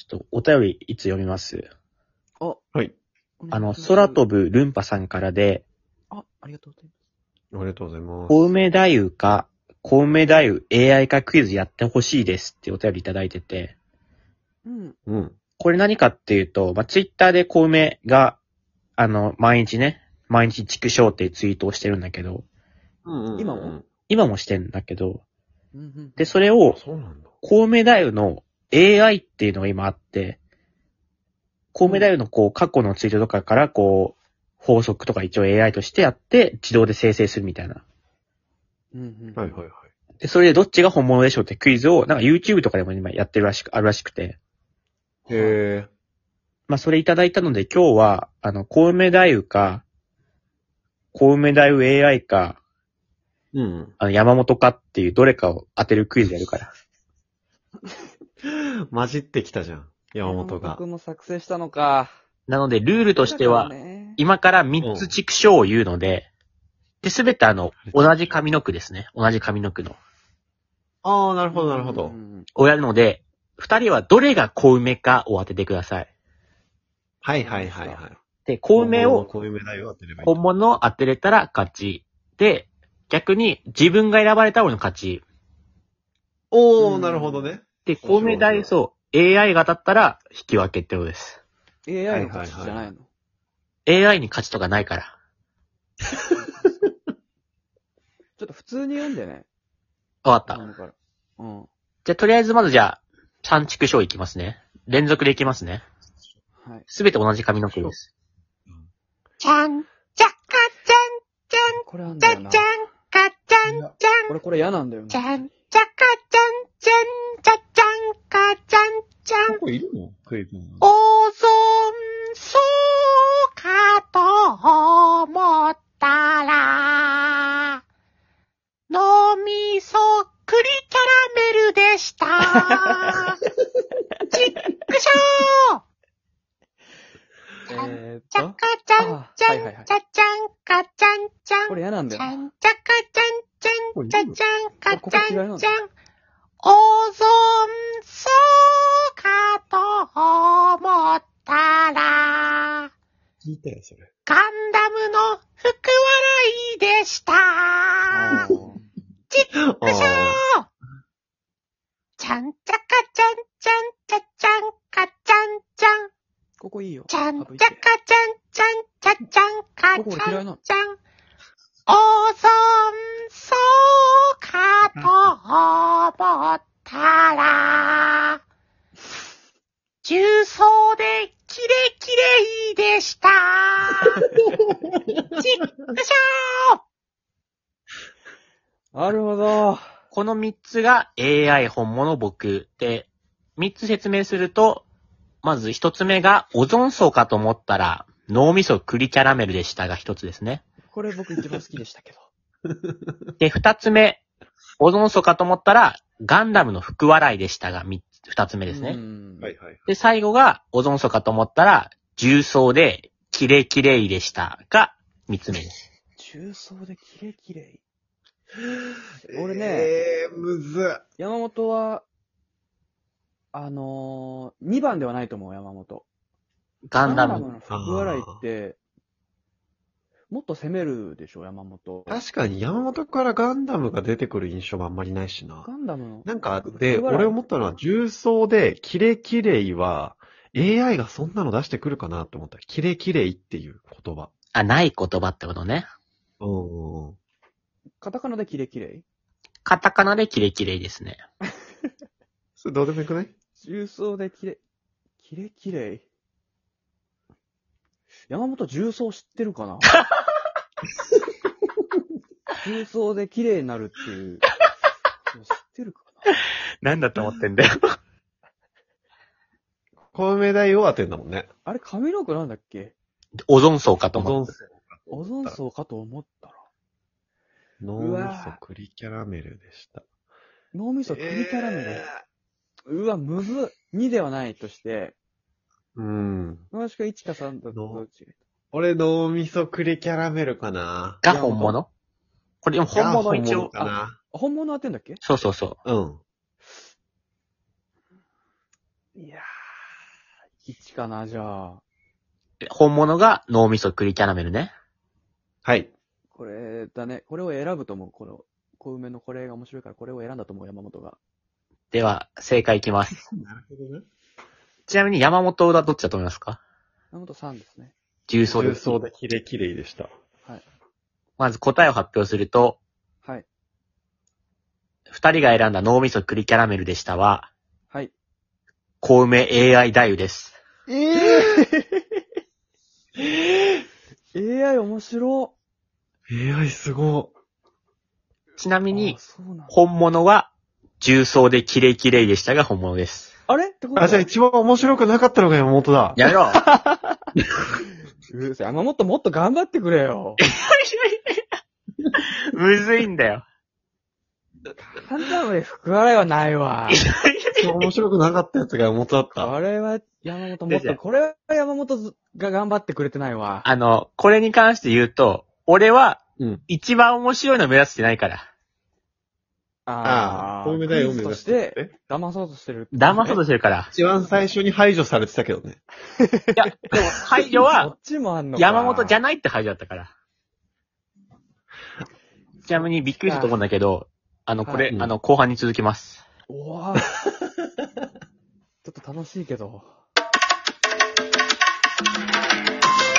お便りいつ読みます？ あ、 はい。 空飛ぶルンパさんからで、 ありがとうございます。 ありがとうございます。 コウメ太夫か、コウメ太夫 AI 化クイズやってほしいですってお便りいただいてて、 うん。 うん。 これ何かっていうと、ツイッターでコウメが、毎日畜生っていうツイートをしてるんだけど、 うん今も今もしてんだけど、 うんで、それを、 そうなんだ。 コウメ太夫の AI っていうのが今あって、コウメ太夫の過去のツイートとかから法則とか一応 AI としてやって、自動で生成するみたいな。 はいはいはい。 で、それでどっちが本物でしょうってクイズを、YouTube とかでも今やってるあるらしくて。 へそれいただいたので今日は、コウメ太夫か、コウメ太夫 AI か、 うん。 山本かっていうどれかを当てるクイズやるから。 混じってきたじゃん。山本が。 僕も作成したのか。 なので、ルールとしては、 ね、 今から3つ畜生を言うので、で、すべて同じ上の句ですね。同じ上の句の。 ああ、なるほどなるほど。 をやるので、2人はどれがコウメかを当ててください。 はいはいはいはい。 で、コウメを、 コウメだよ当てればいい。 本物を当てれたら勝ち。で、逆に自分が選ばれた俺の勝ち。 おー、なるほどね。 で、コウメ太夫、そう、AI が当たったら引き分けってことです。 AI の勝ちじゃないの、 AI に勝ちとかないから。 ちょっと普通に読んでね。 わかった。 うん。 じゃあ、とりあえずまず3畜生いきますね。連続でいきますね。 はい。 すべて同じ上の句です。 ちゃん、ちゃかちゃん、ちゃん、 これあんだよな。 ちゃちゃん、かちゃん、ちゃん。 これ嫌なんだよな。 ちゃん、ちゃかちゃん、ちゃん、ちゃちゃん、かちゃん、ちゃん。 ここいるのクイズ。 おぞん、そうかと思ったら、脳みそくりキャラメルでした。ちっくしょー。ちゃかちゃん、ちゃん、ちゃちゃん、かちゃん、ちゃん。 これ嫌なんだよ。 ちゃん、ちゃかちゃん、ちゃん、ちゃちゃん、かちゃん、ちゃん。おぞん、そうかと思ったら、 聞いたよ、それ。 ガンダムの福笑いでした。ちっくしょー。ちゃんちゃかちゃん、ちゃん、ちゃちゃん、かちゃん、ちゃん。 ここいいよ。 ちゃんちゃかちゃん、ちゃん、ちゃちゃん、かちゃん、ちゃん。おぞん、そうかと思ったら、重曹でキレキレいでした。ちっくしょー。 なるほど。 この3つが AI 本物僕で、3つ説明すると、まず1つ目がオゾン層かと思ったら脳みそ栗キャラメルでしたが1つですね。 これ僕一番好きでしたけど。 で、2つ目、オゾン層かと思ったらガンダムの福笑いでしたが2つ目ですね。 はいはい。 で、最後がオゾン層かと思ったら重曹でキレキレイでしたが3つ目です。 重曹でキレキレイ。俺ね、 むずっ。 山本は、2番ではないと思う、山本。 ガンダム。 の福笑いって、もっと攻めるでしょ、山本。 確かに山本からガンダムが出てくる印象もあんまりないしな。 ガンダムの。 なんか、で、俺思ったのは、重曹で、キレキレイは、AI がそんなの出してくるかなって思った。キレキレイっていう言葉。 ない言葉ってことね。 うん。 カタカナでキレキレイ？ カタカナでキレキレイですね。 それどうでもよくない？ 重曹でキレキレイ。山本重曹知ってるかな重曹で綺麗になるっていう。知ってるかななんだと思ってんだよ。 コウメ太夫を当てんだもんね。 あれ髪の毛なんだっけ？ オゾン層かと思った。 オゾン層かと思ったら。 脳みそ栗キャラメルでした。 脳みそ栗キャラメル。うわ、むずっ。2ではないとして。もしくは1か3だとどっち？ 俺脳みそ栗キャラメルかな。 が本物？これでも本物一応。 かな。 本物当てんだっけ？ そうそうそう。 うん。 いや 1かな、じゃあ。 本物が脳みそ栗キャラメルね。 はい。 これだね。これを選ぶと思う。この、小梅のこれが面白いから、これを選んだと思う、山本が。 では、正解いきます。 なるほどね。 ちなみに山本はどっちだと思いますか？ 山本さんですね。 重曹です。 重曹でキレキレイでした。 はい。 まず答えを発表すると、 はい。 二人が選んだ脳みそ栗キャラメルでしたは、 はい。 小梅 AI 太夫です。 AI 面白。 AI すごちなみにあ、そうなんだ。 本物は重曹でキレキレイでしたが本物です。 あれってことい。あ、じゃあ一番面白くなかったのが山本だ。 やめろ山本もっと頑張ってくれよ。 むずいんだよ。 カンタムリ福笑いはないわ。 一番面白くなかったやつが山本だった。 これは山本もっと、これは山本が頑張ってくれてないわ。 これに関して言うと、俺はうん。 一番面白いの目指してないから。 ああ、小梅だよ、 クイズとして、騙そうとしてる。 騙そうとしてるから。 一番最初に排除されてたけどね。 いや、でも排除そはっちもあんのか。 山本じゃん。 ないって排除だったから。ちなみにびっくりしたと思うんだけど、これ、 はい後半に続きます。 おわちょっと楽しいけど。